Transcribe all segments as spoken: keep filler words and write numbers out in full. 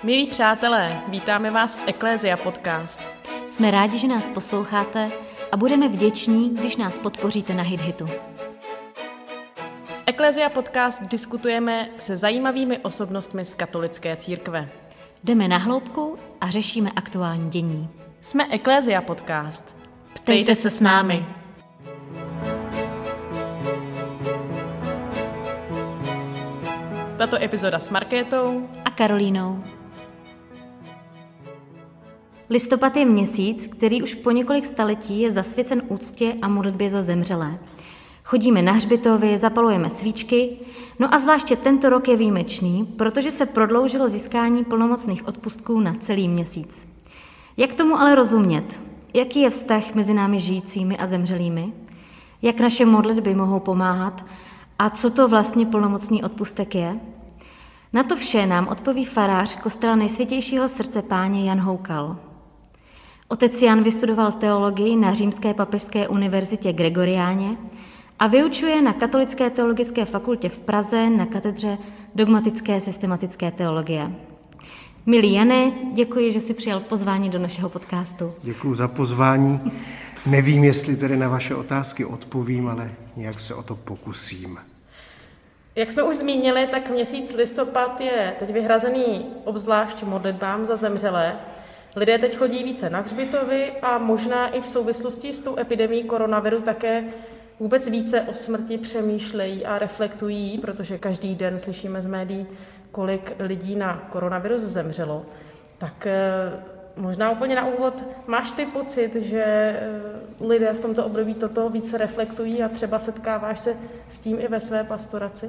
Milí přátelé, vítáme vás v Ecclesia Podcast. Jsme rádi, že nás posloucháte a budeme vděční, když nás podpoříte na HitHitu. V Ecclesia Podcast diskutujeme se zajímavými osobnostmi z katolické církve. Jdeme na hloubku a řešíme aktuální dění. Jsme Ecclesia Podcast. Ptejte se s námi. Tato epizoda s Markétou a Karolínou. Listopad je měsíc, který už po několik staletí je zasvěcen úctě a modlitbě za zemřelé. Chodíme na hřbitovy, zapalujeme svíčky, no a zvláště tento rok je výjimečný, protože se prodloužilo získání plnomocných odpustků na celý měsíc. Jak tomu ale rozumět? Jaký je vztah mezi námi žijícími a zemřelými? Jak naše modlitby mohou pomáhat? A co to vlastně plnomocný odpustek je? Na to vše nám odpoví farář kostela Nejsvětějšího srdce Páně Jan Houkal. Otec Jan vystudoval teologii na Římské papežské univerzitě Gregoriáně a vyučuje na Katolické teologické fakultě v Praze na katedře dogmatické systematické teologie. Milý Jane, děkuji, že jsi přijal pozvání do našeho podcastu. Děkuji za pozvání. Nevím, jestli tedy na vaše otázky odpovím, ale nějak se o to pokusím. Jak jsme už zmínili, tak měsíc listopad je teď vyhrazený obzvlášť modlitbám za zemřelé. Lidé teď chodí více na hřbitovy a možná i v souvislosti s tou epidemií koronaviru také vůbec více o smrti přemýšlejí a reflektují, protože každý den slyšíme z médií, kolik lidí na koronavirus zemřelo. Tak možná úplně na úvod, máš ty pocit, že lidé v tomto období toto více reflektují a třeba setkáváš se s tím i ve své pastoraci?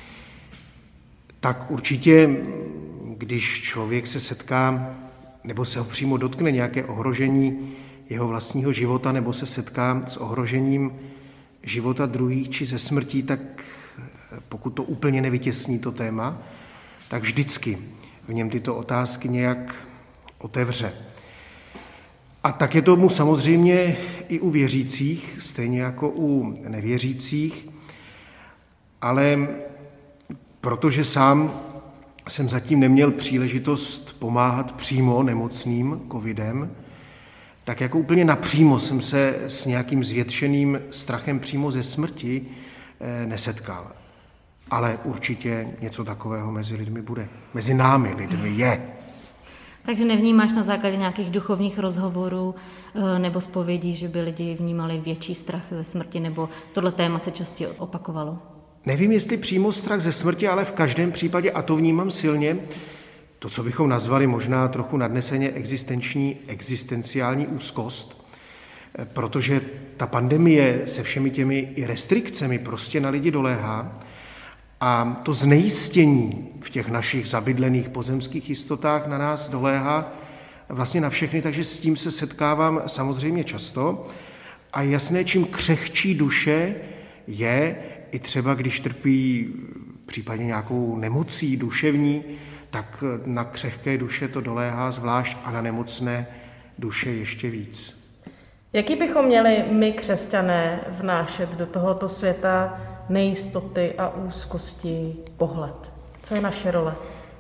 Tak určitě, když člověk se setká nebo se ho přímo dotkne nějaké ohrožení jeho vlastního života nebo se setká s ohrožením života druhých či se smrtí, tak pokud to úplně nevytěsní to téma, tak vždycky v něm tyto otázky nějak otevře. A tak je tomu samozřejmě i u věřících, stejně jako u nevěřících, ale protože sám jsem zatím neměl příležitost pomáhat přímo nemocným covidem, tak jako úplně napřímo jsem se s nějakým zvětšeným strachem přímo ze smrti nesetkal. Ale určitě něco takového mezi lidmi bude. Mezi námi lidmi je. Takže nevnímáš na základě nějakých duchovních rozhovorů nebo zpovědí, že by lidi vnímali větší strach ze smrti, nebo tohle téma se častěji opakovalo? Nevím, jestli přímo strach ze smrti, ale v každém případě, a to vnímám silně, to, co bychom nazvali možná trochu nadneseně existenční, existenciální úzkost, protože ta pandemie se všemi těmi i restrikcemi prostě na lidi doléhá a to znejistění v těch našich zabydlených pozemských jistotách na nás doléhá vlastně na všechny, takže s tím se setkávám samozřejmě často a jasné, čím křehčí duše je, i třeba když trpí případně nějakou nemocí duševní, tak na křehké duše to doléhá zvlášť a na nemocné duše ještě víc. Jaký bychom měli my, křesťané, vnášet do tohoto světa nejistoty a úzkosti pohled? Co je naše role?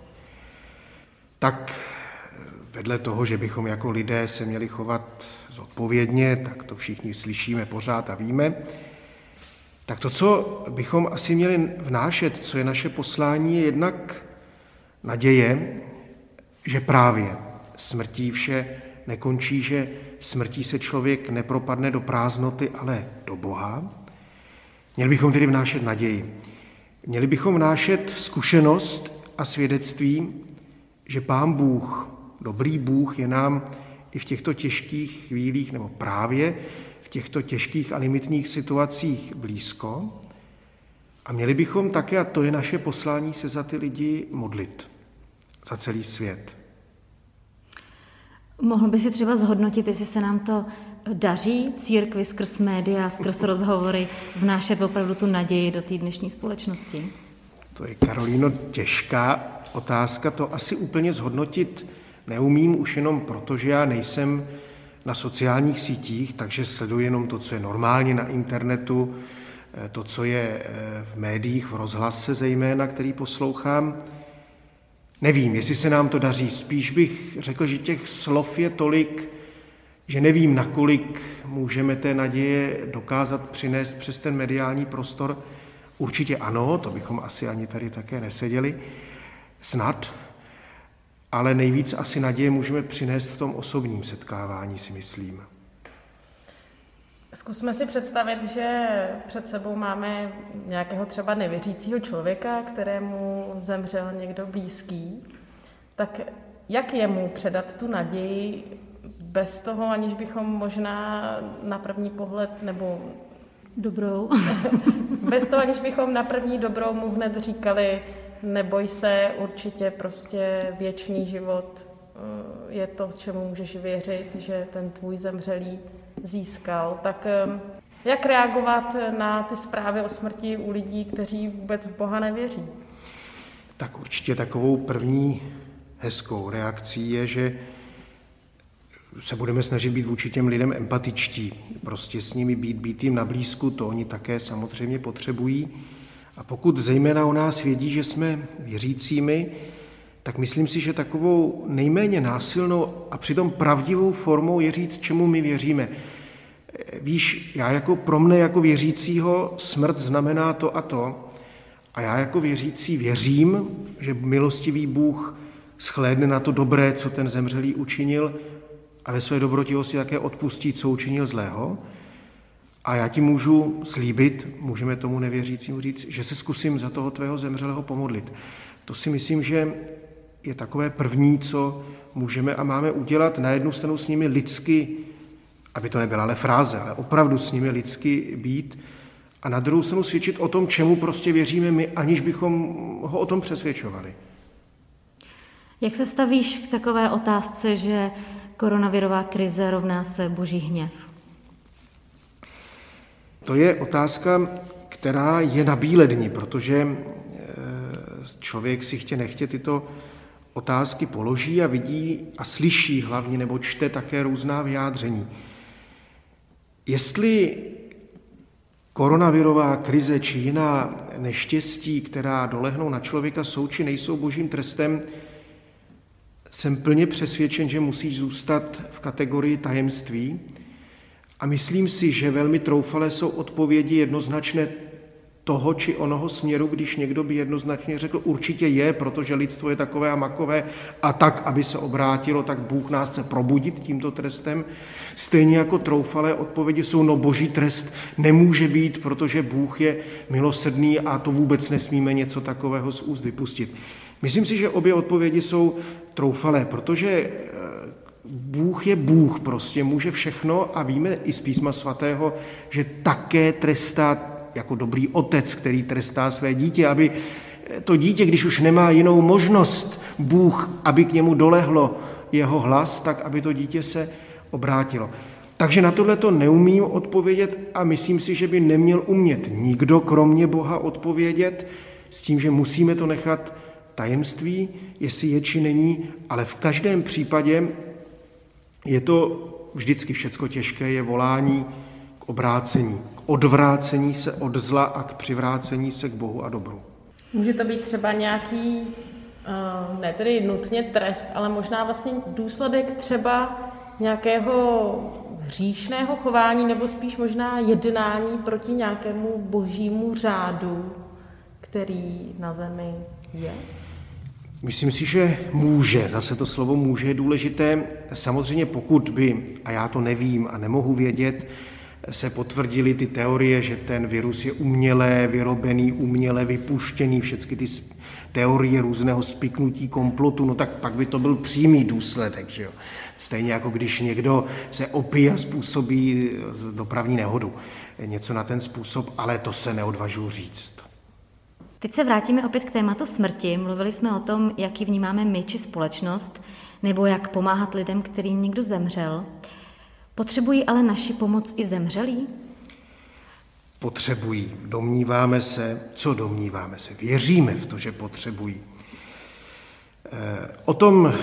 Tak vedle toho, že bychom jako lidé se měli chovat zodpovědně, tak to všichni slyšíme pořád a víme, tak to, co bychom asi měli vnášet, co je naše poslání, je jednak naděje, že právě smrtí vše nekončí, že smrtí se člověk nepropadne do prázdnoty, ale do Boha. Měli bychom tedy vnášet naději. Měli bychom vnášet zkušenost a svědectví, že Pán Bůh, dobrý Bůh, je nám i v těchto těžkých chvílích, nebo právě v těchto těžkých a limitních situacích blízko. A měli bychom také, a to je naše poslání, se za ty lidi modlit, za celý svět. Mohl by si třeba zhodnotit, jestli se nám to daří církvi skrz média, skrz rozhovory vnášet opravdu tu naději do té dnešní společnosti? To je, Karolíno, těžká otázka. To asi úplně zhodnotit neumím už jenom proto, že já nejsem na sociálních sítích, takže sleduji jenom to, co je normálně na internetu, to, co je v médiích, v rozhlase zejména, který poslouchám. Nevím, jestli se nám to daří. Spíš bych řekl, že těch slov je tolik, že nevím, nakolik můžeme té naděje dokázat přinést přes ten mediální prostor. Určitě ano, to bychom asi ani tady také neseděli, snad, ale nejvíc asi naděje můžeme přinést v tom osobním setkávání, si myslím. Zkusme si představit, že před sebou máme nějakého třeba nevěřícího člověka, kterému zemřel někdo blízký. Tak jak jemu předat tu naději bez toho, aniž bychom možná na první pohled, nebo dobrou, bez toho, aniž bychom na první dobrou mu hned říkali, neboj se, určitě prostě věčný život je to, čemu můžeš věřit, že ten tvůj zemřelý získal. Tak jak reagovat na ty zprávy o smrti u lidí, kteří vůbec v Boha nevěří? Tak určitě takovou první hezkou reakcí je, že se budeme snažit být vůči těm lidem empatičtí. Prostě s nimi být, být jim na blízku, to oni také samozřejmě potřebují. A pokud zejména o nás vědí, že jsme věřícími, tak myslím si, že takovou nejméně násilnou a přitom pravdivou formou je říct, čemu my věříme. Víš, já jako pro mne jako věřícího smrt znamená to a to, a já jako věřící věřím, že milostivý Bůh shlédne na to dobré, co ten zemřelý učinil, a ve své dobrotivosti také odpustí, co učinil zlého. A já ti můžu slíbit, můžeme tomu nevěřícímu říct, že se zkusím za toho tvého zemřelého pomodlit. To si myslím, že je takové první, co můžeme a máme udělat, na jednu stranu s nimi lidsky, aby to nebyla ale fráze, ale opravdu s nimi lidsky být, a na druhou stranu svědčit o tom, čemu prostě věříme my, aniž bychom ho o tom přesvědčovali. Jak se stavíš k takové otázce, že koronavirová krize rovná se boží hněv? To je otázka, která je na bíledni, protože člověk si chtě nechtě tyto otázky položí a vidí a slyší hlavně nebo čte také různá vyjádření. Jestli koronavirová krize či jiná neštěstí, která dolehnou na člověka, jsou či nejsou božím trestem, jsem plně přesvědčen, že musí zůstat v kategorii tajemství, a myslím si, že velmi troufalé jsou odpovědi jednoznačné toho či onoho směru, když někdo by jednoznačně řekl, určitě je, protože lidstvo je takové a makové, a tak, aby se obrátilo, tak Bůh nás chce probudit tímto trestem. Stejně jako troufalé odpovědi jsou, no boží trest nemůže být, protože Bůh je milosrdný a to vůbec nesmíme něco takového z úst vypustit. Myslím si, že obě odpovědi jsou troufalé, protože Bůh je Bůh, prostě může všechno, a víme i z Písma svatého, že také trestá jako dobrý otec, který trestá své dítě, aby to dítě, když už nemá jinou možnost, Bůh, aby k němu dolehlo jeho hlas, tak aby to dítě se obrátilo. Takže na tohle to neumím odpovědět a myslím si, že by neměl umět nikdo kromě Boha odpovědět, s tím, že musíme to nechat tajemství, jestli je či není, ale v každém případě je to vždycky všecko těžké, je volání k obrácení, k odvrácení se od zla a k přivrácení se k Bohu a dobru. Může to být třeba nějaký, ne tedy nutně trest, ale možná vlastně důsledek třeba nějakého hříšného chování, nebo spíš možná jednání proti nějakému božímu řádu, který na zemi je? Myslím si, že může, zase to slovo může je důležité. Samozřejmě pokud by, a já to nevím a nemohu vědět, se potvrdily ty teorie, že ten virus je uměle vyrobený, uměle vypuštěný, všechny ty teorie různého spiknutí komplotu, no tak pak by to byl přímý důsledek, že jo. Stejně jako když někdo se opije a způsobí dopravní nehodu. Něco na ten způsob, ale to se neodvažuji říct. Teď se vrátíme opět k tématu smrti. Mluvili jsme o tom, jak ji vnímáme my či společnost, nebo jak pomáhat lidem, který někdo zemřel. Potřebují ale naši pomoc i zemřelí? Potřebují. Domníváme se, co domníváme se. Věříme v to, že potřebují. O tom,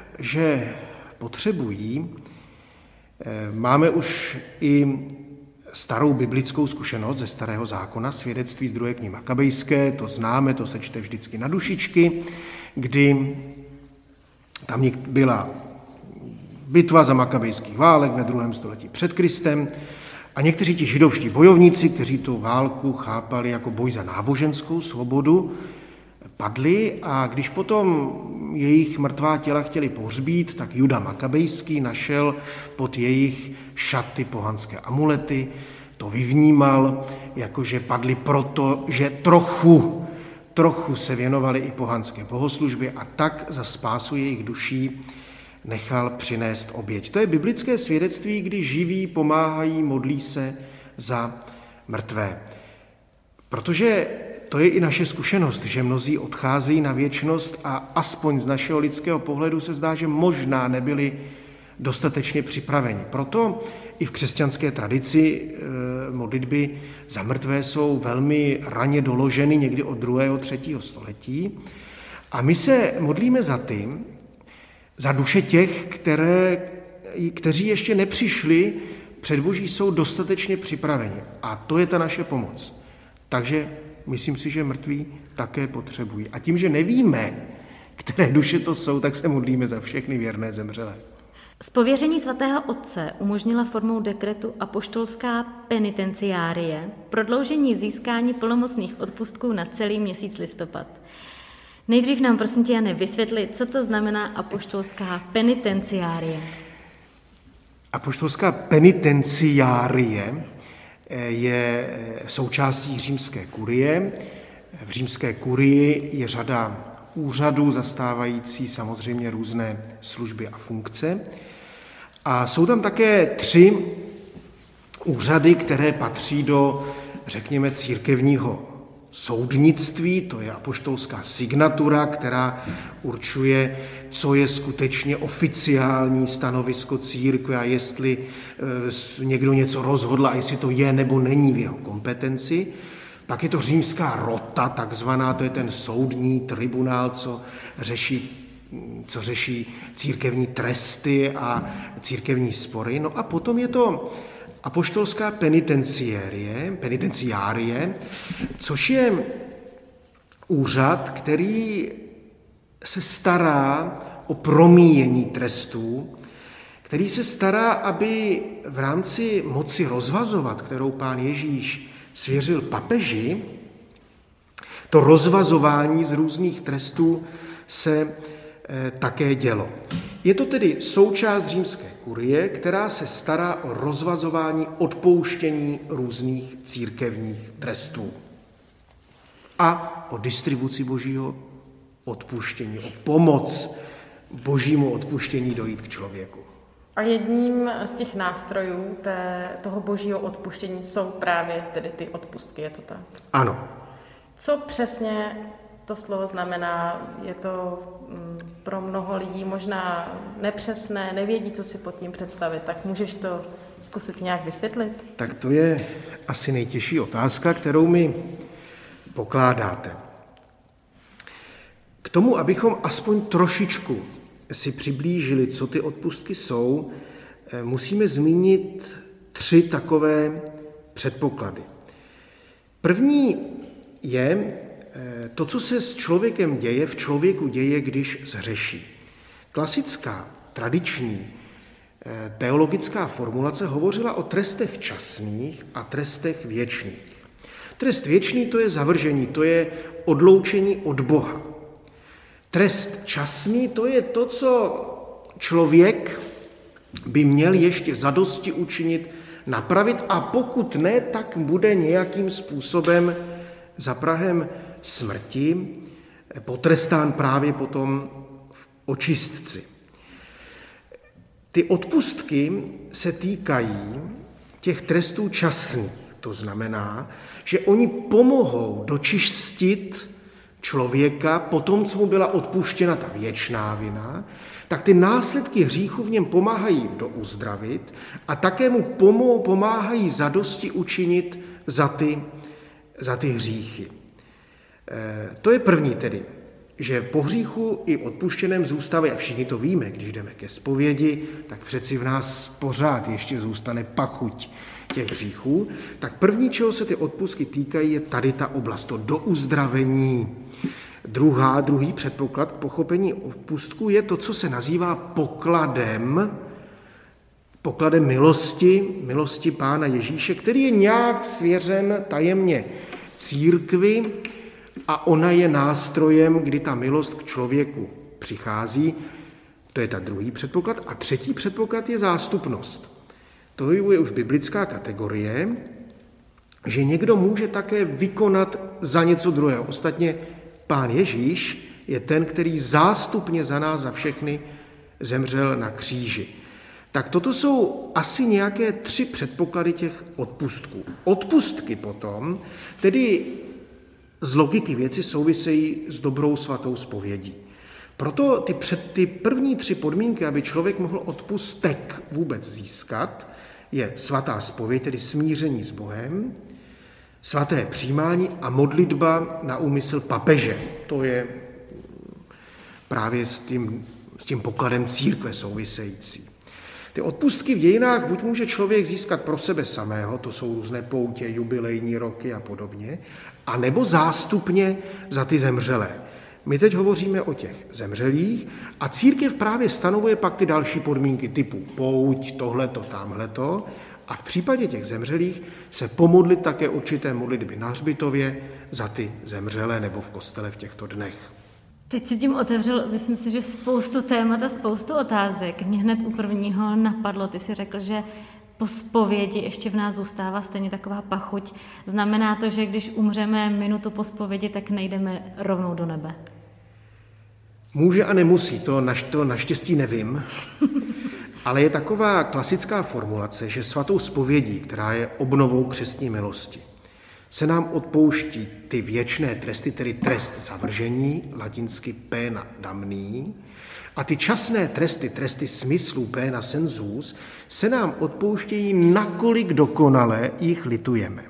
že potřebují, máme už i starou biblickou zkušenost ze Starého zákona, svědectví z druhé knihy Makabejské, to známe, to se čte vždycky na dušičky, kdy tam byla bitva za makabejských válek ve druhém století před Kristem a někteří ti židovští bojovníci, kteří tu válku chápali jako boj za náboženskou svobodu, padli a když potom jejich mrtvá těla chtěli pohřbít, tak Juda Makabejský našel pod jejich šaty pohanské amulety, to vyvnímal, jakože padli proto, že trochu, trochu se věnovali i pohanské bohoslužbě a tak za spásu jejich duší nechal přinést oběť. To je biblické svědectví, kdy živí pomáhají, modlí se za mrtvé. Protože to je i naše zkušenost, že mnozí odcházejí na věčnost a aspoň z našeho lidského pohledu se zdá, že možná nebyli dostatečně připraveni. Proto i v křesťanské tradici modlitby za mrtvé jsou velmi raně doloženy, někdy od druhého, třetího století. A my se modlíme za ty, za duše těch, které, kteří ještě nepřišli před Boží soud dostatečně připraveni. A to je ta naše pomoc. Takže myslím si, že mrtví také potřebují. A tím, že nevíme, které duše to jsou, tak se modlíme za všechny věrné zemřelé. Z pověření svatého otce umožnila formou dekretu apoštolská penitenciárie prodloužení získání plnomocných odpustků na celý měsíc listopad. Nejdřív nám, prosím tě, Jane, vysvětli, co to znamená apoštolská penitenciárie. Apoštolská penitenciárie je součástí římské kurie. V římské kurii je řada úřadů zastávající samozřejmě různé služby a funkce. A jsou tam také tři úřady, které patří do, řekněme, církevního soudnictví, to je apoštolská signatura, která určuje, co je skutečně oficiální stanovisko církve a jestli e, někdo něco rozhodl a jestli to je nebo není v jeho kompetenci. Pak je to římská rota, takzvaná, to je ten soudní tribunál, co řeší, co řeší církevní tresty a církevní spory. No a potom je to apoštolská penitenciárie, penitenciárie, což je úřad, který se stará o promíjení trestů, který se stará, aby v rámci moci rozvazovat, kterou pán Ježíš svěřil papeži, to rozvazování z různých trestů se e, také dělo. Je to tedy součást římské kurie, která se stará o rozvazování, odpouštění různých církevních trestů a o distribuci božího odpuštění, o pomoc božímu odpuštění dojít k člověku. A jedním z těch nástrojů té, toho božího odpuštění jsou právě tedy ty odpustky, je to tak? Ano. Co přesně to slovo znamená? Je to pro mnoho lidí možná nepřesné, nevědí, co si pod tím představit, tak můžeš to zkusit nějak vysvětlit? Tak to je asi nejtěžší otázka, kterou mi pokládáte. K tomu, abychom aspoň trošičku si přiblížili, co ty odpustky jsou, musíme zmínit tři takové předpoklady. První je to, co se s člověkem děje, v člověku děje, když zhřeší. Klasická, tradiční teologická formulace hovořila o trestech časných a trestech věčných. Trest věčný to je zavržení, to je odloučení od Boha. Trest časný to je to, co člověk by měl ještě zadosti učinit, napravit a pokud ne, tak bude nějakým způsobem za prahem smrti potrestán právě potom v očistci. Ty odpustky se týkají těch trestů časných. To znamená, že oni pomohou dočistit člověka po tom, co mu byla odpuštěna ta věčná vina, tak ty následky hříchu v něm pomáhají douzdravit a také mu pomáhají zadosti učinit za ty, za ty hříchy. E, to je první tedy, že po hříchu i odpuštěném zůstávají, a všichni to víme, když jdeme ke zpovědi, tak přeci v nás pořád ještě zůstane pachuť těch hříchů, tak první, čeho se ty odpustky týkají, je tady ta oblast, to do uzdravení. Druhá, druhý předpoklad k pochopení odpustku je to, co se nazývá pokladem, pokladem milosti, milosti Pána Ježíše, který je nějak svěřen tajemně církvi a ona je nástrojem, kdy ta milost k člověku přichází. To je ta druhý předpoklad. A třetí předpoklad je zástupnost. To je už biblická kategorie, že někdo může také vykonat za něco druhého. Ostatně Pán Ježíš je ten, který zástupně za nás, za všechny zemřel na kříži. Tak toto jsou asi nějaké tři předpoklady těch odpustků. Odpustky potom, tedy z logiky věci souvisejí s dobrou svatou zpovědí. Proto ty, před, ty první tři podmínky, aby člověk mohl odpustek vůbec získat, je svatá zpověď, tedy smíření s Bohem, svaté přijímání a modlitba na úmysl papeže. To je právě s tím, s tím pokladem církve související. Ty odpustky v dějinách buď může člověk získat pro sebe samého, to jsou různé poutě, jubilejní roky a podobně, anebo zástupně za ty zemřelé. My teď hovoříme o těch zemřelých a církev právě stanovuje pak ty další podmínky typu pouť, tohleto, tamhleto. A v případě těch zemřelých se pomodlit také určité modlitby na hřbitově za ty zemřelé nebo v kostele v těchto dnech. Teď si tím otevřel, myslím si, že spoustu témat a spoustu otázek. Mě hned u prvního napadlo, ty si řekl, že po zpovědi ještě v nás zůstává stejně taková pachuť. Znamená to, že když umřeme minutu po zpovědi, tak nejdeme rovnou do nebe? Může a nemusí, to, naš, to naštěstí nevím. Ale je taková klasická formulace, že svatou zpovědí, která je obnovou křestní milosti, se nám odpouští ty věčné tresty, tedy trest zavržení, latinsky pena damni, a ty časné tresty, tresty smyslů pena sensus, se nám odpouštějí, nakolik dokonale jich litujeme.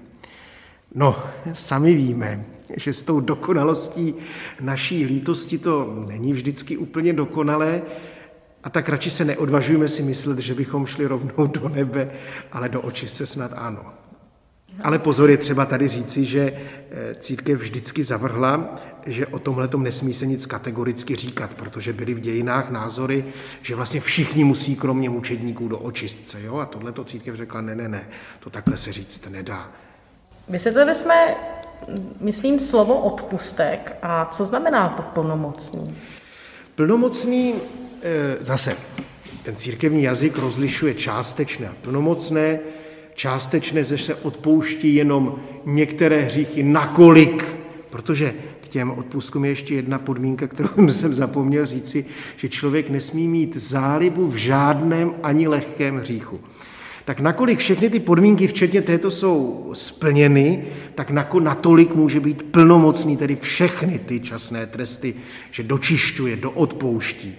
No, sami víme, že s tou dokonalostí naší lítosti to není vždycky úplně dokonalé, a tak radši se neodvažujeme si myslet, že bychom šli rovnou do nebe, ale do očistce snad ano. Ale pozor, je třeba tady říci, že církev vždycky zavrhla, že o tomhletom nesmí se nic kategoricky říkat, protože byly v dějinách názory, že vlastně všichni musí kromě mučedníků do očistce. Jo? A tohleto církev řekla, ne, ne, ne, to takhle se říct nedá. Vysvětlili jsme, myslím, slovo odpustek. A co znamená to plnomocný? Plnomocný, zase, ten církevní jazyk rozlišuje částečné a plnomocné. Částečné, že se odpouští jenom některé hříchy, nakolik, protože k těm odpustkům je ještě jedna podmínka, kterou jsem zapomněl říci, že člověk nesmí mít zálibu v žádném ani lehkém hříchu. Tak nakolik všechny ty podmínky, včetně této, jsou splněny, tak natolik může být plnomocný, tedy všechny ty časné tresty, že dočišťuje, doodpouští.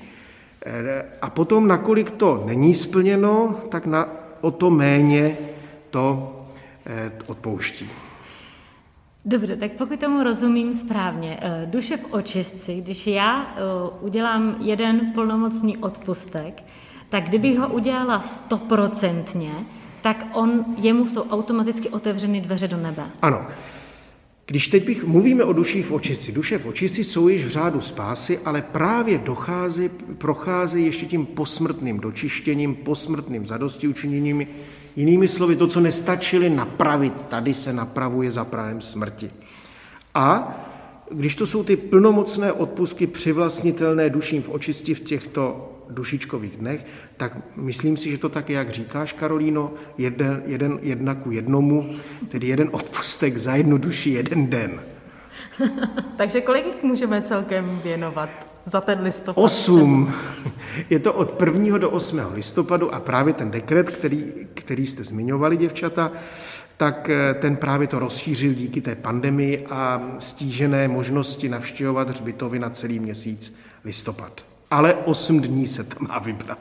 A potom, nakolik to není splněno, tak na, o to méně to eh, odpouští. Dobře, tak pokud tomu rozumím správně, duše v očistci, když já udělám jeden plnomocný odpustek, tak kdybych ho udělala stoprocentně, tak on, jemu jsou automaticky otevřeny dveře do nebe. Ano. Když teď bych, mluvíme o duších v očistci, duše v očistci jsou již v řádu spásy, ale právě dochází, procházejí ještě tím posmrtným dočištěním, posmrtným zadostiučiněním. Jinými slovy, to, co nestačili napravit, tady se napravuje za prahem smrti. A když to jsou ty plnomocné odpustky přivlastnitelné duším v očistci v těchto dušičkových dnech, tak myslím si, že to tak, jak říkáš, Karolíno, jeden, jeden, jedna ku jednomu, tedy jeden odpustek za jednu duši, jeden den. Takže kolik jich můžeme celkem věnovat za ten listopad? Osm. Je to od prvního do osmého listopadu a právě ten dekret, který, který jste zmiňovali, děvčata, tak ten právě to rozšířil díky té pandemii a stížené možnosti navštěvovat hřbitovy na celý měsíc listopad. Ale osm dní se tam má vybrat.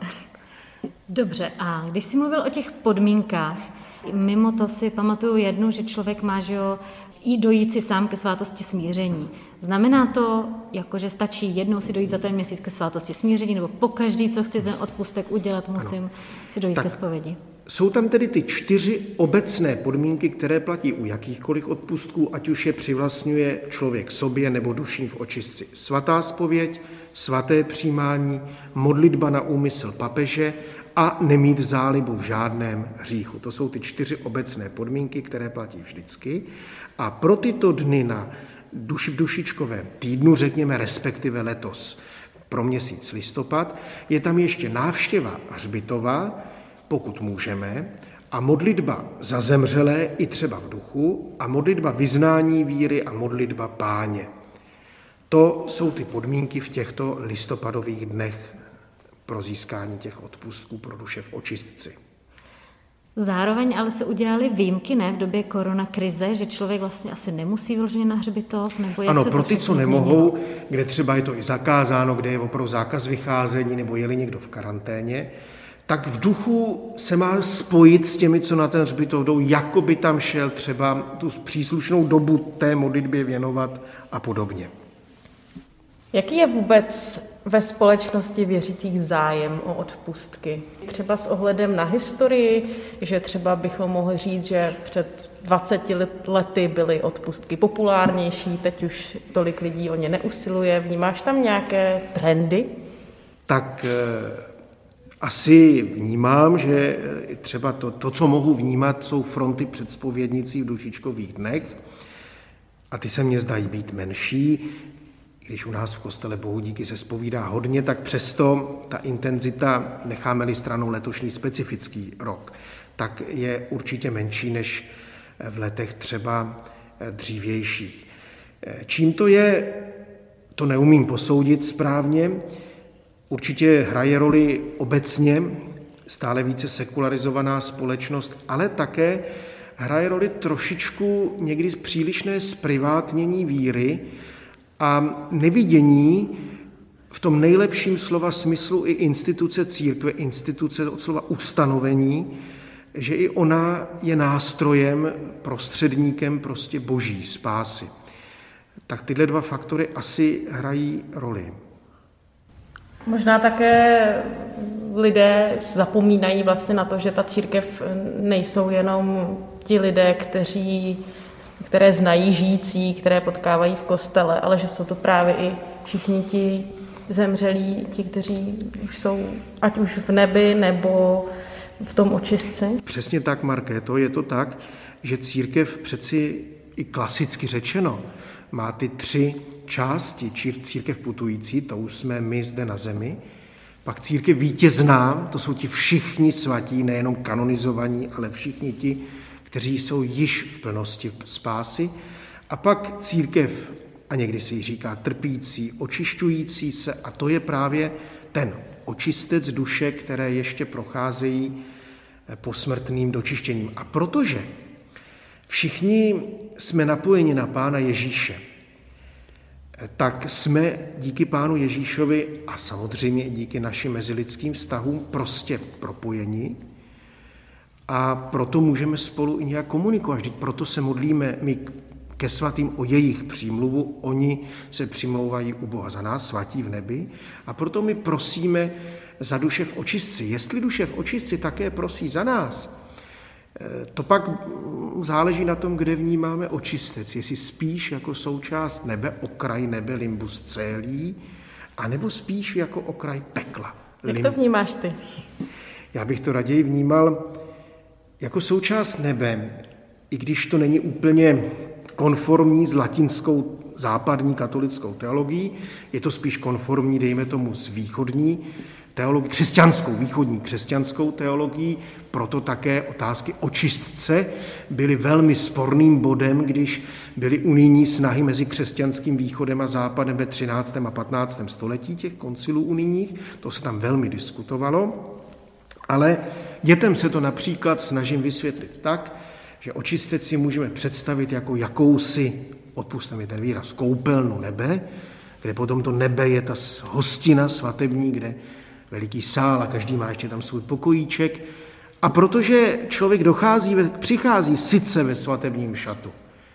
Dobře, a když jsi mluvil o těch podmínkách, mimo to si pamatuju jednu, že člověk má, že jo, i dojít si sám ke svátosti smíření. Znamená to, jako že stačí jednou si dojít za ten měsíc ke svátosti smíření, nebo pokaždý, co chci ten odpustek udělat, musím ano. si dojít tak, ke zpovědi? Jsou tam tedy ty čtyři obecné podmínky, které platí u jakýchkoliv odpustků, ať už je přivlastňuje člověk sobě nebo duším v očistci. Svatá zpověď, svaté přijímání, modlitba na úmysl papeže a nemít zálibu v žádném hříchu. To jsou ty čtyři obecné podmínky, které platí vždycky. A pro tyto dny na duši v dušičkovém týdnu, řekněme respektive letos, pro měsíc listopad, je tam ještě návštěva hřbitova, pokud můžeme, a modlitba za zemřelé i třeba v duchu a modlitba vyznání víry a modlitba Páně. To jsou ty podmínky v těchto listopadových dnech pro získání těch odpustků pro duše v očistci. Zároveň ale se udělaly výjimky, ne, v době koronakrize, že člověk vlastně asi nemusí vyloženě na hřbitov? Nebo jak ano, se pro ty, co nemohou, kde třeba je to i zakázáno, kde je opravdu zákaz vycházení, nebo je-li někdo v karanténě, tak v duchu se má spojit s těmi, co na ten hřbitov jdou, jako by tam šel třeba tu příslušnou dobu té modlitbě věnovat a podobně. Jaký je vůbec ve společnosti věřících zájem o odpustky? Třeba s ohledem na historii, že třeba bychom mohli říct, že před dvaceti lety byly odpustky populárnější, teď už tolik lidí o ně neusiluje. Vnímáš tam nějaké trendy? Tak e, asi vnímám, že třeba to, to, co mohu vnímat, jsou fronty před zpovědnicí v dušičkových dnech a ty se mně zdají být menší. Když u nás v kostele Bohu díky se zpovídá hodně, tak přesto ta intenzita, necháme-li stranou letošní specifický rok, tak je určitě menší než v letech třeba dřívějších. Čím to je, to neumím posoudit správně. Určitě hraje roli obecně stále více sekularizovaná společnost, ale také hraje roli trošičku někdy přílišné zprivátnění víry a nevidění v tom nejlepším slova smyslu i instituce církve, instituce od slova ustanovení, že i ona je nástrojem, prostředníkem prostě boží spásy. Tak tyhle dva faktory asi hrají roli. Možná také lidé zapomínají vlastně na to, že ta církev nejsou jenom ti lidé, kteří, které znají žijící, které potkávají v kostele, ale že jsou to právě i všichni ti zemřelí, ti, kteří už jsou ať už v nebi nebo v tom očistci. Přesně tak, Markéto, je to tak, že církev přeci i klasicky řečeno má ty tři části. Církev putující, to už jsme my zde na zemi, pak církev vítězná, to jsou ti všichni svatí, nejenom kanonizovaní, ale všichni ti, kteří jsou již v plnosti spásy, a pak církev, a někdy se jí říká trpící, očišťující se, a to je právě ten očistec duše, které ještě procházejí posmrtným dočištěním. A protože všichni jsme napojeni na Pána Ježíše, tak jsme díky Pánu Ježíšovi a samozřejmě i díky našim mezilidským vztahům prostě propojeni a proto můžeme spolu i nějak komunikovat. Vždyť proto se modlíme my ke svatým o jejich přímluvu, oni se přimlouvají u Boha za nás, svatí v nebi, a proto my prosíme za duše v očistci. Jestli duše v očistci také prosí za nás, to pak záleží na tom, kde vnímáme očistec. Jestli spíš jako součást nebe, okraj nebe, limbus celý, anebo spíš jako okraj pekla. Jak to vnímáš ty? Já bych to raději vnímal jako součást nebe, i když to není úplně konformní s latinskou západní katolickou teologií, je to spíš konformní, dejme tomu, s východní teologii, křesťanskou, východní křesťanskou teologií, proto také otázky očistce byly velmi sporným bodem, když byly unijní snahy mezi křesťanským východem a západem ve třináctém a patnáctém století těch koncilů unijních, to se tam velmi diskutovalo, ale dětem se to například snažím vysvětlit tak, že očistec si můžeme představit jako jakousi, odpusťte mi ten výraz, koupelnu nebe, kde potom to nebe je ta hostina svatební, kde veliký sál a každý má ještě tam svůj pokojíček. A protože člověk dochází, přichází sice ve svatebním šatu,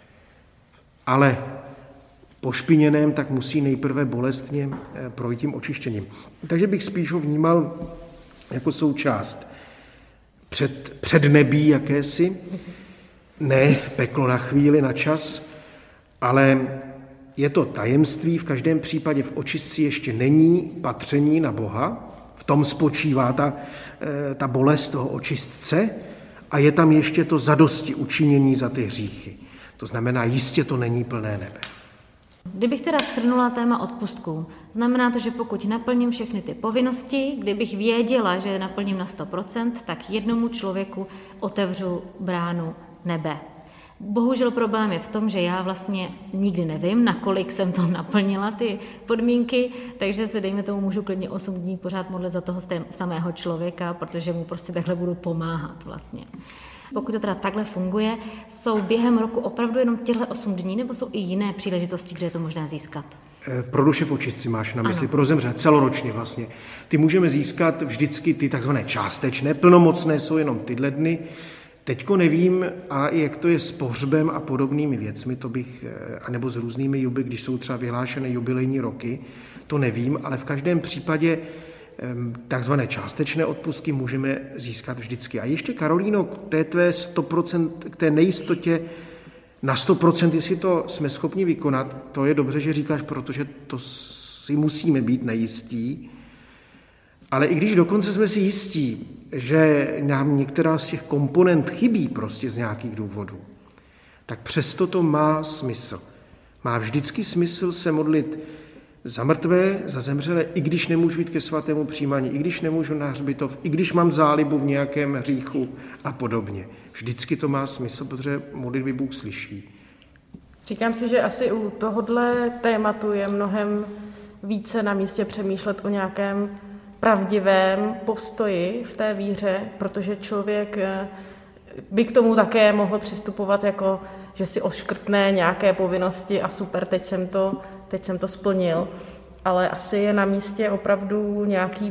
ale pošpiněném, tak musí nejprve bolestně projít tím očištěním. Takže bych spíš ho vnímal jako součást před, před nebí jakési, ne peklo na chvíli, na čas, ale je to tajemství, v každém případě v očistci ještě není patření na Boha, v tom spočívá ta, ta bolest toho očistce a je tam ještě to zadosti učinění za ty hříchy. To znamená, jistě to není plné nebe. Kdybych teda shrnula téma odpustků, znamená to, že pokud naplním všechny ty povinnosti, kdybych věděla, že je naplním na sto procent, tak jednomu člověku otevřu bránu nebe. Bohužel problém je v tom, že já vlastně nikdy nevím, nakolik jsem to naplnila, ty podmínky, takže se dejme tomu můžu klidně osm dní pořád modlit za toho samého člověka, protože mu prostě takhle budu pomáhat vlastně. Pokud to teda takhle funguje, jsou během roku opravdu jenom těchto osm dní, nebo jsou i jiné příležitosti, kde je to možné získat? Pro duše v očistci máš na mysli, ano. Pro zemře, celoročně vlastně. Ty můžeme získat vždycky ty takzvané částečné, plnomocné jsou jenom tyhle dny. Teďko nevím, a jak to je s pohřbem a podobnými věcmi, to bych, anebo s různými juby, když jsou třeba vyhlášené jubilejní roky, to nevím, ale v každém případě takzvané částečné odpustky můžeme získat vždycky. A ještě, Karolíno, k té tvé sto procent, k té nejistotě na sto procent, jestli to jsme schopni vykonat, to je dobře, že říkáš, protože to si musíme být nejistí. Ale i když dokonce jsme si jistí, že nám některá z těch komponent chybí prostě z nějakých důvodů, tak přesto to má smysl. Má vždycky smysl se modlit za mrtvé, za zemřelé, i když nemůžu jít ke svatému přijímání, i když nemůžu na hřbitov, i když mám zálibu v nějakém hříchu a podobně. Vždycky to má smysl, protože modlitby Bůh slyší. Říkám si, že asi u tohohle tématu je mnohem více na místě přemýšlet o nějakém pravdivém postoji v té víře, protože člověk by k tomu také mohl přistupovat jako, že si oškrtne nějaké povinnosti a super, teď jsem to, teď jsem to splnil, ale asi je na místě opravdu nějaký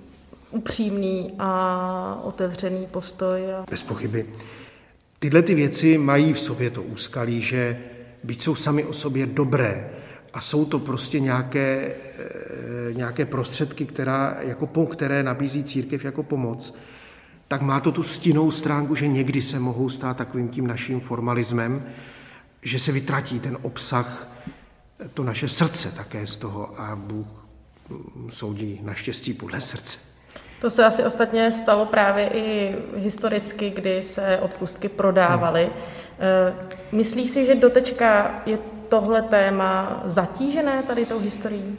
upřímný a otevřený postoj. Bez pochyby. Tyhle ty věci mají v sobě to úskalí, že byť jsou sami o sobě dobré, a jsou to prostě nějaké, nějaké prostředky, která, jako, které nabízí církev jako pomoc, tak má to tu stinnou stránku, že někdy se mohou stát takovým tím naším formalismem, že se vytratí ten obsah, to naše srdce také z toho a Bůh soudí naštěstí podle srdce. To se asi ostatně stalo právě i historicky, kdy se odpustky prodávaly. Hmm. Myslíš si, že dotečka je tohle téma zatížené tady tou historií?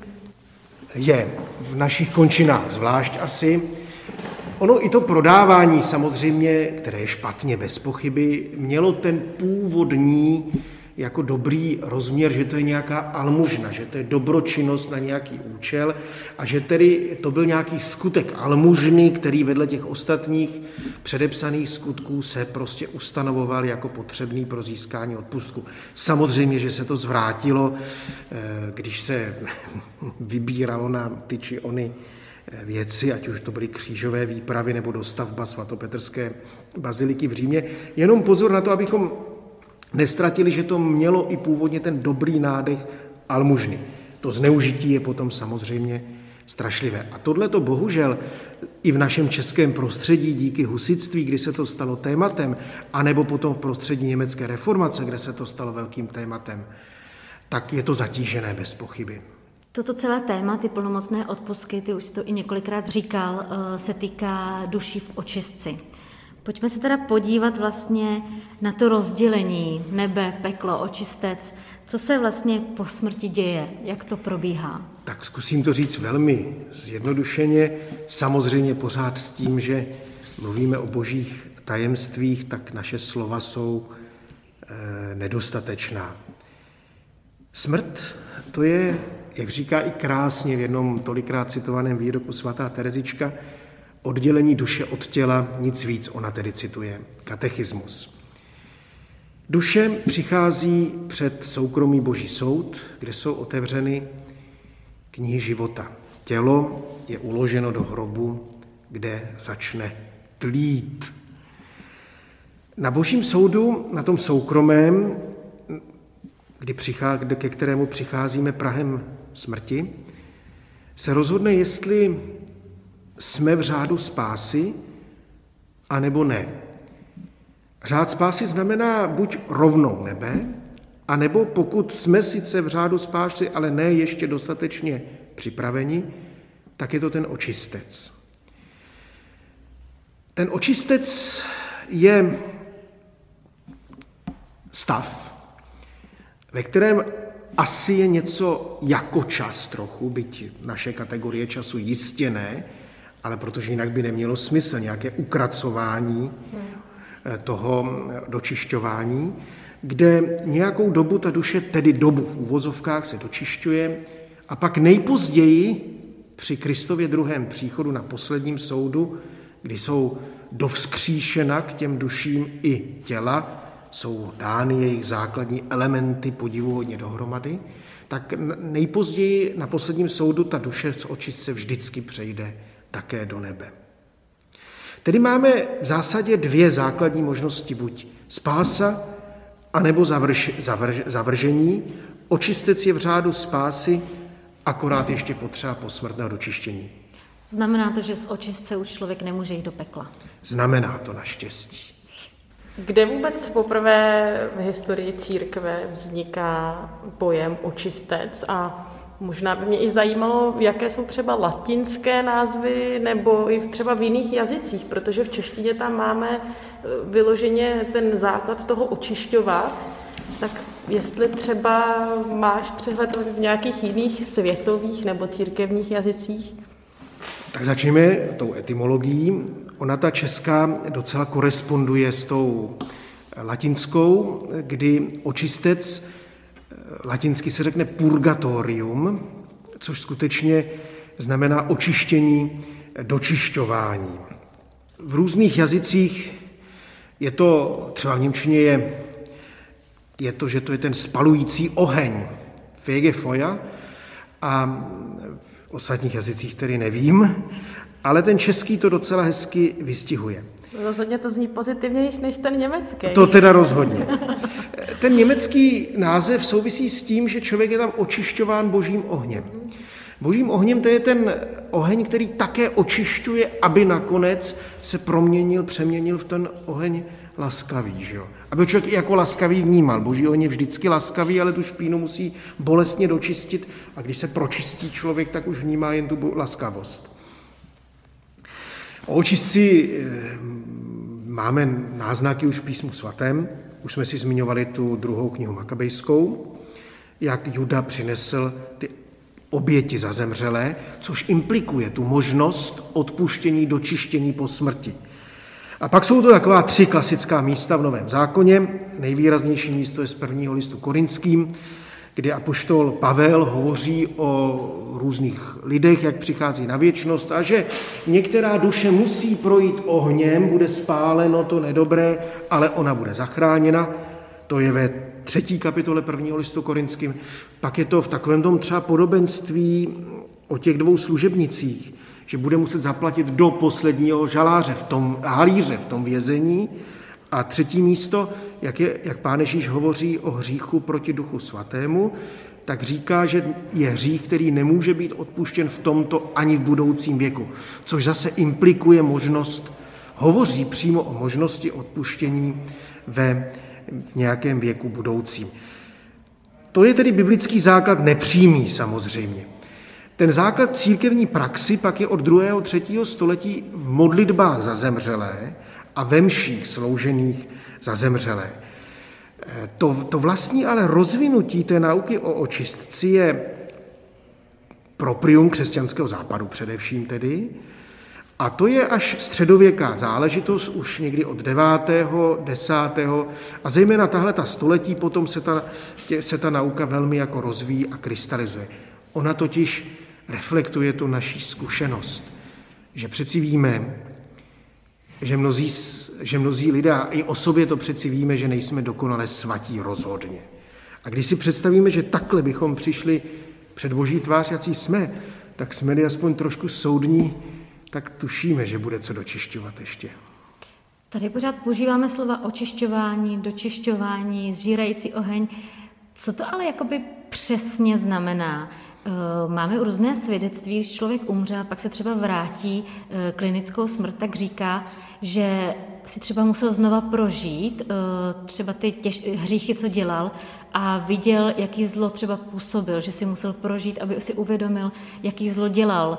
Je, v našich končinách zvlášť asi. Ono i to prodávání samozřejmě, které je špatně bez pochyby, mělo ten původní jako dobrý rozměr, že to je nějaká almužna, že to je dobročinnost na nějaký účel a že tedy to byl nějaký skutek almužny, který vedle těch ostatních předepsaných skutků se prostě ustanovoval jako potřebný pro získání odpustku. Samozřejmě, že se to zvrátilo, když se vybíralo na ty či ony věci, ať už to byly křížové výpravy nebo dostavba svatopetrské baziliky v Římě. Jenom pozor na to, abychom nestratili, že to mělo i původně ten dobrý nádech almužny. To zneužití je potom samozřejmě strašlivé. A tohle to bohužel i v našem českém prostředí díky husitství, kdy se to stalo tématem, anebo potom v prostředí německé reformace, kde se to stalo velkým tématem, tak je to zatížené bez pochyby. Toto celé téma, ty plnomocné odpustky, ty už jsi to i několikrát říkal, se týká duší v očistci. Pojďme se teda podívat vlastně na to rozdělení nebe, peklo, očistec. Co se vlastně po smrti děje? Jak to probíhá? Tak zkusím to říct velmi zjednodušeně. Samozřejmě pořád s tím, že mluvíme o božích tajemstvích, tak naše slova jsou e, nedostatečná. Smrt, to je, jak říká i krásně v jednom tolikrát citovaném výroku svatá Terezička, oddělení duše od těla, nic víc, ona tedy cituje katechismus. Duše přichází před soukromý boží soud, kde jsou otevřeny knihy života. Tělo je uloženo do hrobu, kde začne tlít. Na božím soudu, na tom soukromém, kdy přichá, ke kterému přicházíme prahem smrti, se rozhodne, jestli jsme v řádu spásy, anebo ne. Řád spásy znamená buď rovnou nebe, anebo pokud jsme sice v řádu spásy, ale ne ještě dostatečně připraveni, tak je to ten očistec. Ten očistec je stav, ve kterém asi je něco jako čas trochu, byť naše kategorie času jistě ne, ale protože jinak by nemělo smysl nějaké ukracování toho dočišťování, kde nějakou dobu ta duše, tedy dobu v uvozovkách, se dočišťuje a pak nejpozději při Kristově druhém příchodu na posledním soudu, kdy jsou dovzkříšena k těm duším i těla, jsou dány jejich základní elementy podivuhodně dohromady, tak nejpozději na posledním soudu ta duše z očistce vždycky přejde také do nebe. Tedy máme v zásadě dvě základní možnosti, buď spása, anebo zavrž, zavrž, zavržení. Očistec je v řádu spásy, akorát ještě potřeba posmrtného dočištění. Znamená to, že z očistce už člověk nemůže jít do pekla? Znamená to naštěstí. Kde vůbec poprvé v historii církve vzniká pojem očistec a možná by mě i zajímalo, jaké jsou třeba latinské názvy nebo i třeba v jiných jazycích, protože v češtině tam máme vyloženě ten základ toho očišťovat, tak jestli třeba máš přehled v nějakých jiných světových nebo církevních jazycích? Tak začneme tou etymologií. Ona ta česká docela koresponduje s tou latinskou, kdy očistec, latinsky se řekne purgatorium, což skutečně znamená očištění, dočišťování. V různých jazycích je to, třeba v němčině je, je to, že to je ten spalující oheň, Fegefeuer, a v ostatních jazycích tedy nevím, ale ten český to docela hezky vystihuje. Rozhodně to zní pozitivnější než ten německý. To teda rozhodně. Ten německý název souvisí s tím, že člověk je tam očišťován božím ohněm. Božím ohněm to je ten oheň, který také očišťuje, aby nakonec se proměnil, přeměnil v ten oheň laskavý. Že jo? Aby člověk jako laskavý vnímal. Boží oheň je vždycky laskavý, ale tu špínu musí bolestně dočistit a když se pročistí člověk, tak už vnímá jen tu laskavost. O očistci máme náznaky už v písmu svatém. Už jsme si zmiňovali tu druhou knihu Makabejskou, jak Juda přinesl ty oběti za zemřelé, což implikuje tu možnost odpuštění, dočištění po smrti. A pak jsou to taková tři klasická místa v Novém zákoně. Nejvýraznější místo je z prvního listu Korinským, kdy apoštol Pavel hovoří o různých lidech, jak přichází na věčnost a že některá duše musí projít ohněm, bude spáleno to nedobré, ale ona bude zachráněna. To je ve třetí kapitole prvního listu Korinským. Pak je to v takovém tom třeba podobenství o těch dvou služebnicích, že bude muset zaplatit do posledního žaláře v tom halíře, v tom vězení. A třetí místo, jak, je, jak Pán Ježíš hovoří o hříchu proti Duchu Svatému, tak říká, že je hřích, který nemůže být odpuštěn v tomto ani v budoucím věku, což zase implikuje možnost, hovoří přímo o možnosti odpuštění ve nějakém věku budoucím. To je tedy biblický základ nepřímý samozřejmě. Ten základ církevní praxi pak je od druhého třetího století v modlitbách za zemřelé a ve mších sloužených za zemřelé. To, to vlastní ale rozvinutí té nauky o očistci je proprium křesťanského západu především tedy, a to je až středověká záležitost, už někdy od devátého, desátého a zejména tahle ta století potom se ta, se ta nauka velmi jako rozvíjí a krystalizuje. Ona totiž reflektuje tu naši zkušenost, že přeci víme, že mnozí, že mnozí lidé, a i o sobě to přeci víme, že nejsme dokonale svatí rozhodně. A když si představíme, že takhle bychom přišli před Boží tvář, jací jsme, tak jsme-li aspoň trošku soudní, tak tušíme, že bude co dočišťovat ještě. Tady pořád používáme slova očišťování, dočišťování, zžírající oheň. Co to ale jakoby přesně znamená? Máme různé svědectví, když člověk umře a pak se třeba vrátí klinickou smrt, tak říká, že si třeba musel znova prožít třeba ty těž, hříchy, co dělal a viděl, jaký zlo třeba působil, že si musel prožít, aby si uvědomil, jaký zlo dělal.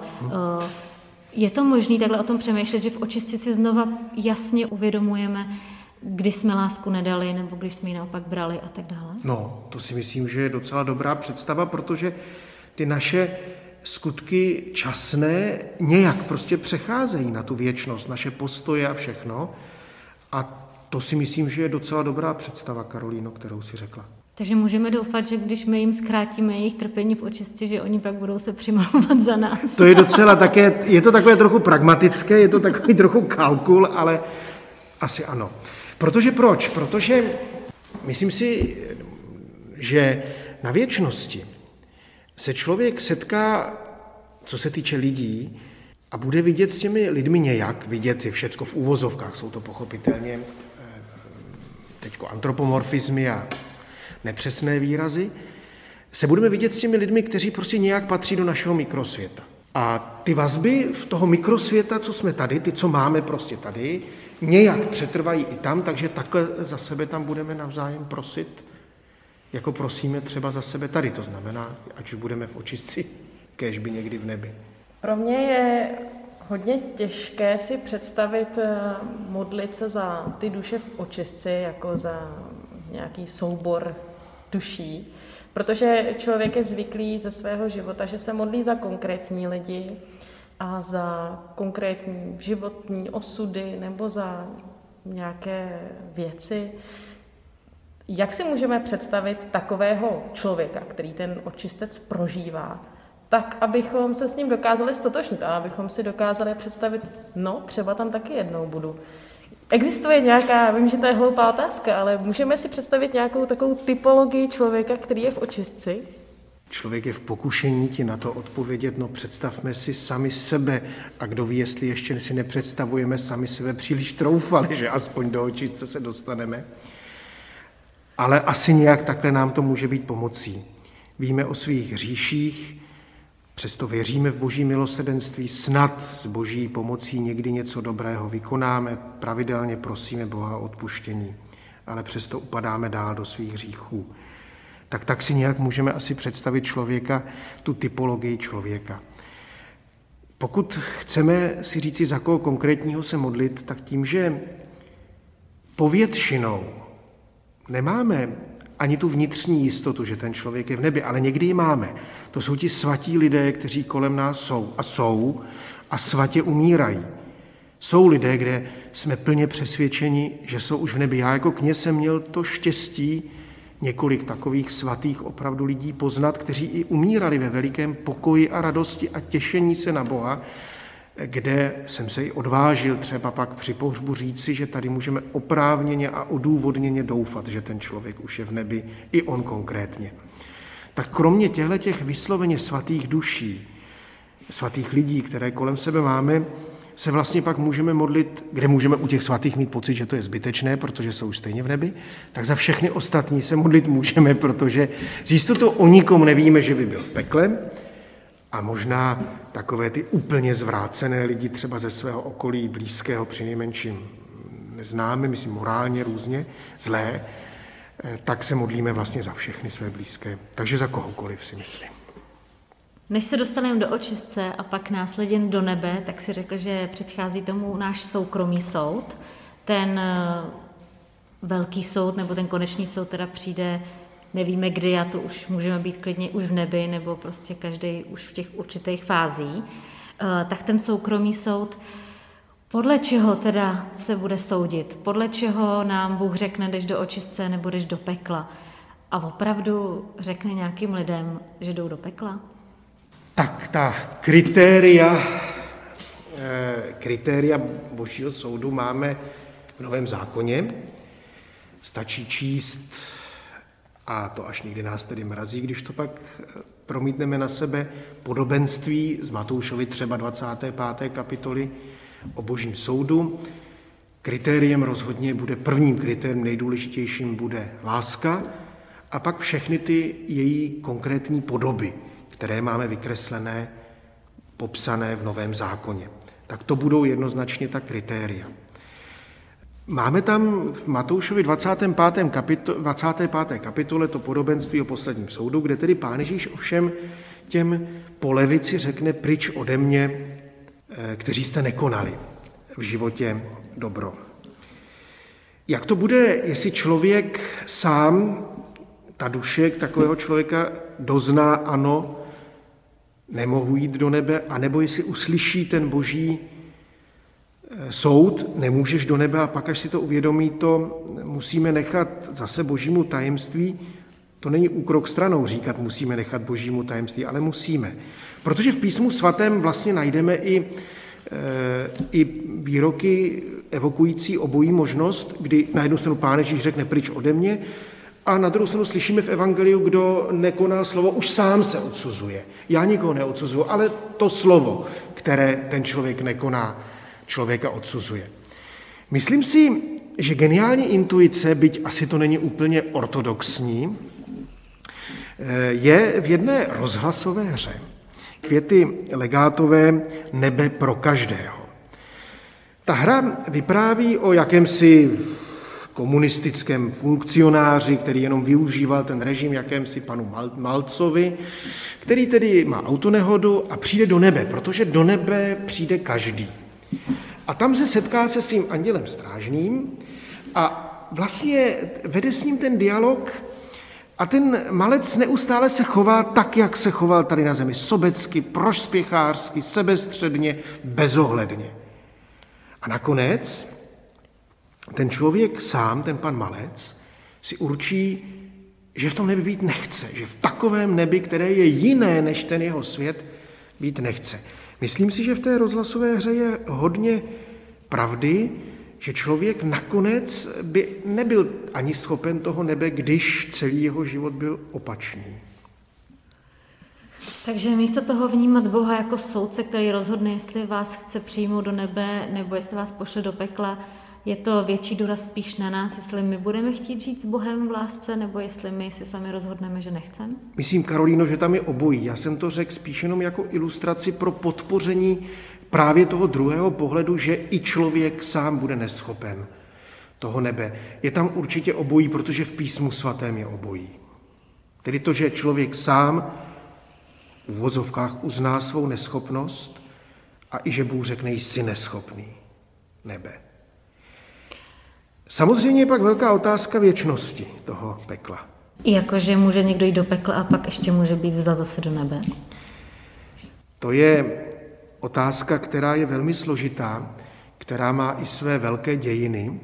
Je to možné takhle o tom přemýšlet, že v očistci si znova jasně uvědomujeme, kdy jsme lásku nedali, nebo když jsme ji naopak brali a tak dále? No, to si myslím, že je docela dobrá představa, protože ty naše skutky časné nějak prostě přecházejí na tu věčnost, naše postoje a všechno. A to si myslím, že je docela dobrá představa, Karolíno, kterou si řekla. Takže můžeme doufat, že když my jim zkrátíme jejich trpení v očistci, že oni pak budou se přimalovat za nás. To je docela také, je to takové trochu pragmatické, je to takový trochu kalkul, ale asi ano. Protože proč? Protože myslím si, že na věčnosti se člověk setká, co se týče lidí, a bude vidět s těmi lidmi nějak, vidět je všecko v úvozovkách, jsou to pochopitelně teďko antropomorfismy a nepřesné výrazy, se budeme vidět s těmi lidmi, kteří prostě nějak patří do našeho mikrosvěta. A ty vazby v toho mikrosvěta, co jsme tady, ty, co máme prostě tady, nějak přetrvají i tam, takže takhle za sebe tam budeme navzájem prosit, jako prosíme třeba za sebe tady. To znamená, ať už budeme v očistci, kéžby někdy v nebi. Pro mě je hodně těžké si představit modlit se za ty duše v očistci, jako za nějaký soubor duší, protože člověk je zvyklý ze svého života, že se modlí za konkrétní lidi a za konkrétní životní osudy nebo za nějaké věci. Jak si můžeme představit takového člověka, který ten očistec prožívá, tak, abychom se s ním dokázali stotožnit a abychom si dokázali představit, no, třeba tam taky jednou budu. Existuje nějaká, vím, že to je hloupá otázka, ale můžeme si představit nějakou takovou typologii člověka, který je v očistci? Člověk je v pokušení ti na to odpovědět, no představme si sami sebe a kdo ví, jestli ještě si nepředstavujeme sami sebe příliš troufali, že aspoň do očistce se dostaneme. Ale asi nějak takhle nám to může být pomocí. Víme o svých hříších, přesto věříme v boží milosrdenství, snad s boží pomocí někdy něco dobrého vykonáme, pravidelně prosíme Boha o odpuštění, ale přesto upadáme dál do svých hříchů. Tak tak si nějak můžeme asi představit člověka, tu typologii člověka. Pokud chceme si říci, za koho konkrétního se modlit, tak tím, že povětšinou nemáme ani tu vnitřní jistotu, že ten člověk je v nebi, ale někdy ji máme. To jsou ti svatí lidé, kteří kolem nás jsou a jsou a svatě umírají. Jsou lidé, kde jsme plně přesvědčeni, že jsou už v nebi. Já jako kněz jsem měl to štěstí několik takových svatých opravdu lidí poznat, kteří i umírali ve velikém pokoji a radosti a těšení se na Boha, kde jsem se i odvážil třeba pak při pohřbu říci, že tady můžeme oprávněně a odůvodněně doufat, že ten člověk už je v nebi, i on konkrétně. Tak kromě těchto vysloveně svatých duší, svatých lidí, které kolem sebe máme, se vlastně pak můžeme modlit, kde můžeme u těch svatých mít pocit, že to je zbytečné, protože jsou stejně v nebi, tak za všechny ostatní se modlit můžeme, protože z jistotou o nikom nevíme, že by byl v pekle, a možná takové ty úplně zvrácené lidi třeba ze svého okolí blízkého přinejmenším neznáme, myslím morálně různě zlé, tak se modlíme vlastně za všechny své blízké. Takže za kohokoliv si myslím. Než se dostaneme do očistce a pak následně do nebe, tak si řekl, že předchází tomu náš soukromý soud. Ten velký soud nebo ten konečný soud teda přijde, nevíme kdy, a to už můžeme být klidně už v nebi nebo prostě každý už v těch určitých fázích. Tak ten soukromý soud, podle čeho teda se bude soudit? Podle čeho nám Bůh řekne, jdeš do očistce nebo jdeš do pekla? A opravdu řekne nějakým lidem, že jdou do pekla? Tak ta kritéria, kritéria Božího soudu máme v Novém zákoně. Stačí číst, a to až někdy nás tedy mrazí, když to pak promítneme na sebe, podobenství z Matoušovy třeba dvacáté páté kapitoly o Božím soudu. Kritériem rozhodně bude, prvním kritériem nejdůležitějším bude láska a pak všechny ty její konkrétní podoby, které máme vykreslené, popsané v Novém zákoně. Tak to budou jednoznačně ta kritéria. Máme tam v Matoušovi dvacáté páté kapitole, dvacáté páté kapitole to podobenství o posledním soudu, kde tedy Pán Ježíš ovšem těm po levici řekne pryč ode mě, kteří jste nekonali v životě dobro. Jak to bude, jestli člověk sám, ta duše takového člověka dozná, ano, nemohu jít do nebe, anebo jestli uslyší ten boží soud, nemůžeš do nebe, a pak, až si to uvědomí, to musíme nechat zase božímu tajemství. To není úkrok stranou říkat, musíme nechat božímu tajemství, ale musíme. Protože v písmu svatém vlastně najdeme i, e, i výroky evokující obojí možnost, kdy na jednu stranu Pán Ježíš řekne pryč ode mě, a na druhou stranu slyšíme v evangeliu, kdo nekoná slovo, už sám se odsuzuje. Já nikoho neodsuzuju, ale to slovo, které ten člověk nekoná, člověka odsuzuje. Myslím si, že geniální intuice, byť asi to není úplně ortodoxní, je v jedné rozhlasové hře. Květy Legátové Nebe pro každého. Ta hra vypráví o jakémsi komunistickém funkcionáři, který jenom využíval ten režim, jakémsi panu Malcovi, který tedy má autonehodu a přijde do nebe, protože do nebe přijde každý. A tam se setká se svým andělem strážným a vlastně vede s ním ten dialog a ten malec neustále se chová tak, jak se choval tady na zemi. Sobecky, prospěchářsky, sebestředně, bezohledně. A nakonec ten člověk sám, ten pan malec, si určí, že v tom nebi být nechce, že v takovém nebi, které je jiné než ten jeho svět, být nechce. Myslím si, že v té rozhlasové hře je hodně pravdy, že člověk nakonec by nebyl ani schopen toho nebe, když celý jeho život byl opačný. Takže místo toho vnímat Boha jako soudce, který rozhodne, jestli vás chce přijmout do nebe, nebo jestli vás pošle do pekla, je to větší důraz spíš na nás, jestli my budeme chtít žít s Bohem v lásce, nebo jestli my si sami rozhodneme, že nechceme? Myslím, Karolíno, že tam je obojí. Já jsem to řekl spíš jenom jako ilustraci pro podpoření právě toho druhého pohledu, že i člověk sám bude neschopen toho nebe. Je tam určitě obojí, protože v písmu svatém je obojí. Tedy to, že člověk sám v uvozovkách uzná svou neschopnost a i že Bůh řekne, jsi neschopný nebe. Samozřejmě je pak velká otázka věčnosti toho pekla. Jakože může někdo jít do pekla a pak ještě může být vzat zase do nebe? To je otázka, která je velmi složitá, která má i své velké dějiny.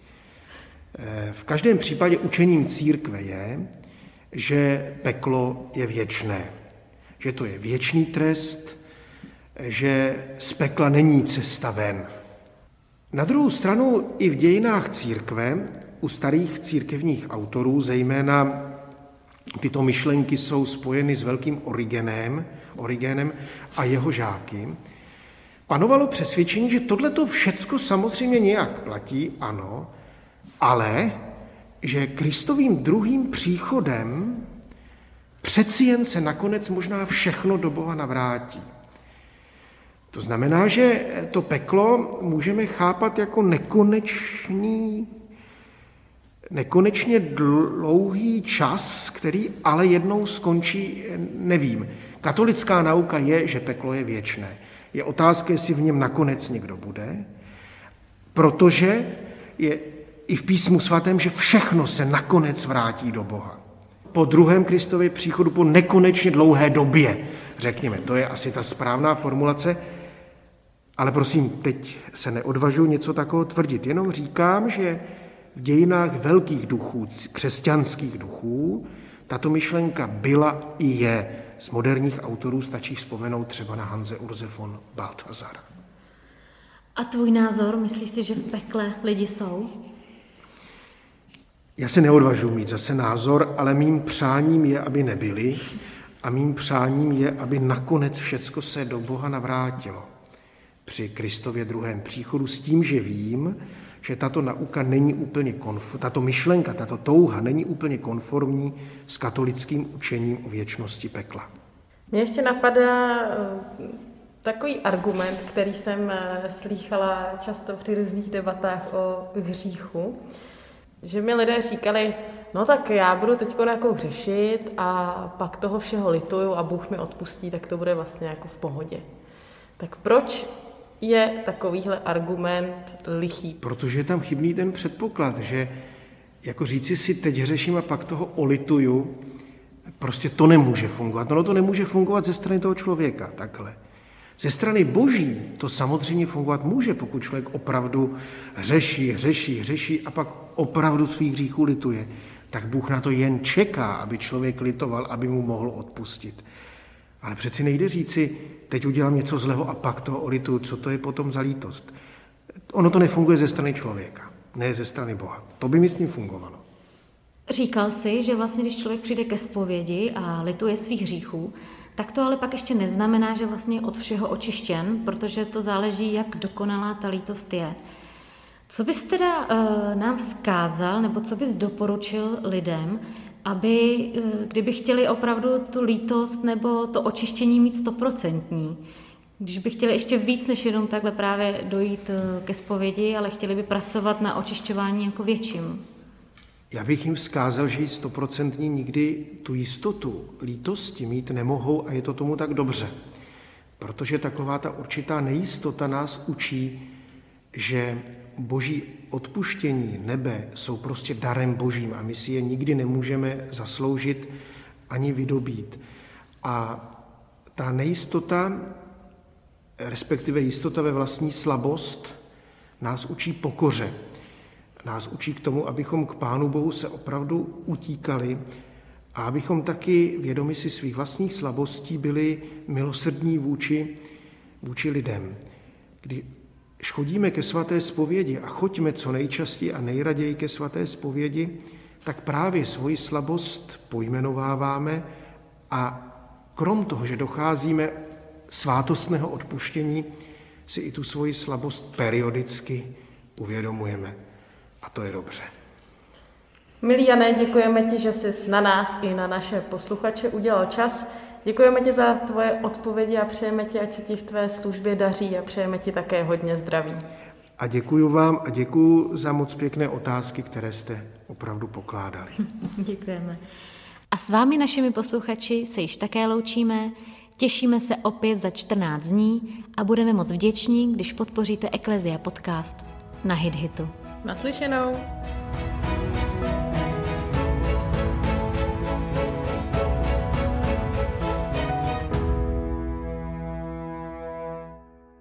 V každém případě učením církve je, že peklo je věčné, že to je věčný trest, že z pekla není cesta ven. Na druhou stranu i v dějinách církve, u starých církevních autorů, zejména tyto myšlenky jsou spojeny s velkým Origenem, Origenem a jeho žáky, panovalo přesvědčení, že tohleto všecko samozřejmě nějak platí, ano, ale že Kristovým druhým příchodem přeci jen se nakonec možná všechno do Boha navrátí. To znamená, že to peklo můžeme chápat jako nekonečný, nekonečně dlouhý čas, který ale jednou skončí, nevím. Katolická nauka je, že peklo je věčné. Je otázka, jestli v něm nakonec někdo bude, protože je i v písmu svatém, že všechno se nakonec vrátí do Boha. Po druhém Kristově příchodu, po nekonečně dlouhé době, řekněme, to je asi ta správná formulace, ale prosím, teď se neodvažuji něco takového tvrdit, jenom říkám, že v dějinách velkých duchů, křesťanských duchů, tato myšlenka byla i je. Z moderních autorů stačí vzpomenout třeba na Hanse Urse von Balthasara. A tvůj názor, myslíš si, že v pekle lidi jsou? Já se neodvažuji mít zase názor, ale mým přáním je, aby nebyli, a mým přáním je, aby nakonec všecko se do Boha navrátilo při Kristově druhém příchodu, s tím, že vím, že tato nauka není úplně konformní, tato myšlenka, tato touha není úplně konformní s katolickým učením o věčnosti pekla. Mně ještě napadá takový argument, který jsem slýchala často při různých debatách o hříchu, že mi lidé říkali, no tak já budu teď jako hřešit a pak toho všeho lituju a Bůh mi odpustí, tak to bude vlastně jako v pohodě. Tak proč je takovýhle argument lichý? Protože je tam chybný ten předpoklad, že jako říci si teď hřeším a pak toho olituju, prostě to nemůže fungovat. No to nemůže fungovat ze strany toho člověka, takhle. Ze strany Boží to samozřejmě fungovat může, pokud člověk opravdu hřeší, hřeší, hřeší a pak opravdu svých hříchů lituje. Tak Bůh na to jen čeká, aby člověk litoval, aby mu mohl odpustit. Ale přeci nejde říci, teď udělám něco zlého a pak toho olituju, co to je potom za lítost. Ono to nefunguje ze strany člověka, ne ze strany Boha. To by mi s ním fungovalo. Říkal jsi, že vlastně, když člověk přijde ke zpovědi a lituje svých hříchů, tak to ale pak ještě neznamená, že vlastně je od všeho očištěn, protože to záleží, jak dokonalá ta lítost je. Co bys teda uh, nám vzkázal, nebo co bys doporučil lidem, aby, uh, kdyby chtěli opravdu tu lítost nebo to očištění mít stoprocentní, když by chtěli ještě víc, než jenom takhle právě dojít uh, ke zpovědi, ale chtěli by pracovat na očišťování jako větším? Já bych jim vzkázal, že stoprocentně nikdy tu jistotu lítosti mít nemohou a je to tomu tak dobře. Protože taková ta určitá nejistota nás učí, že Boží odpuštění, nebe jsou prostě darem Božím a my si je nikdy nemůžeme zasloužit ani vydobít. A ta nejistota, respektive jistota ve vlastní slabost, nás učí pokoře. Nás učí k tomu, abychom k Pánu Bohu se opravdu utíkali a abychom taky vědomi si svých vlastních slabostí byli milosrdní vůči, vůči lidem. Když chodíme ke svaté zpovědi a choďme co nejčastěji a nejraději ke svaté zpovědi, tak právě svoji slabost pojmenováváme a krom toho, že docházíme svátostného odpuštění, si i tu svoji slabost periodicky uvědomujeme. A to je dobře. Milý Jane, děkujeme ti, že jsi na nás i na naše posluchače udělal čas. Děkujeme ti za tvoje odpovědi a přejeme ti, ať se ti v tvé službě daří a přejeme ti také hodně zdraví. A děkuju vám a děkuju za moc pěkné otázky, které jste opravdu pokládali. Děkujeme. A s vámi, našimi posluchači, se již také loučíme. Těšíme se opět za čtrnáct dní a budeme moc vděční, když podpoříte Ecclesia podcast na HitHitu. Naslyšenou.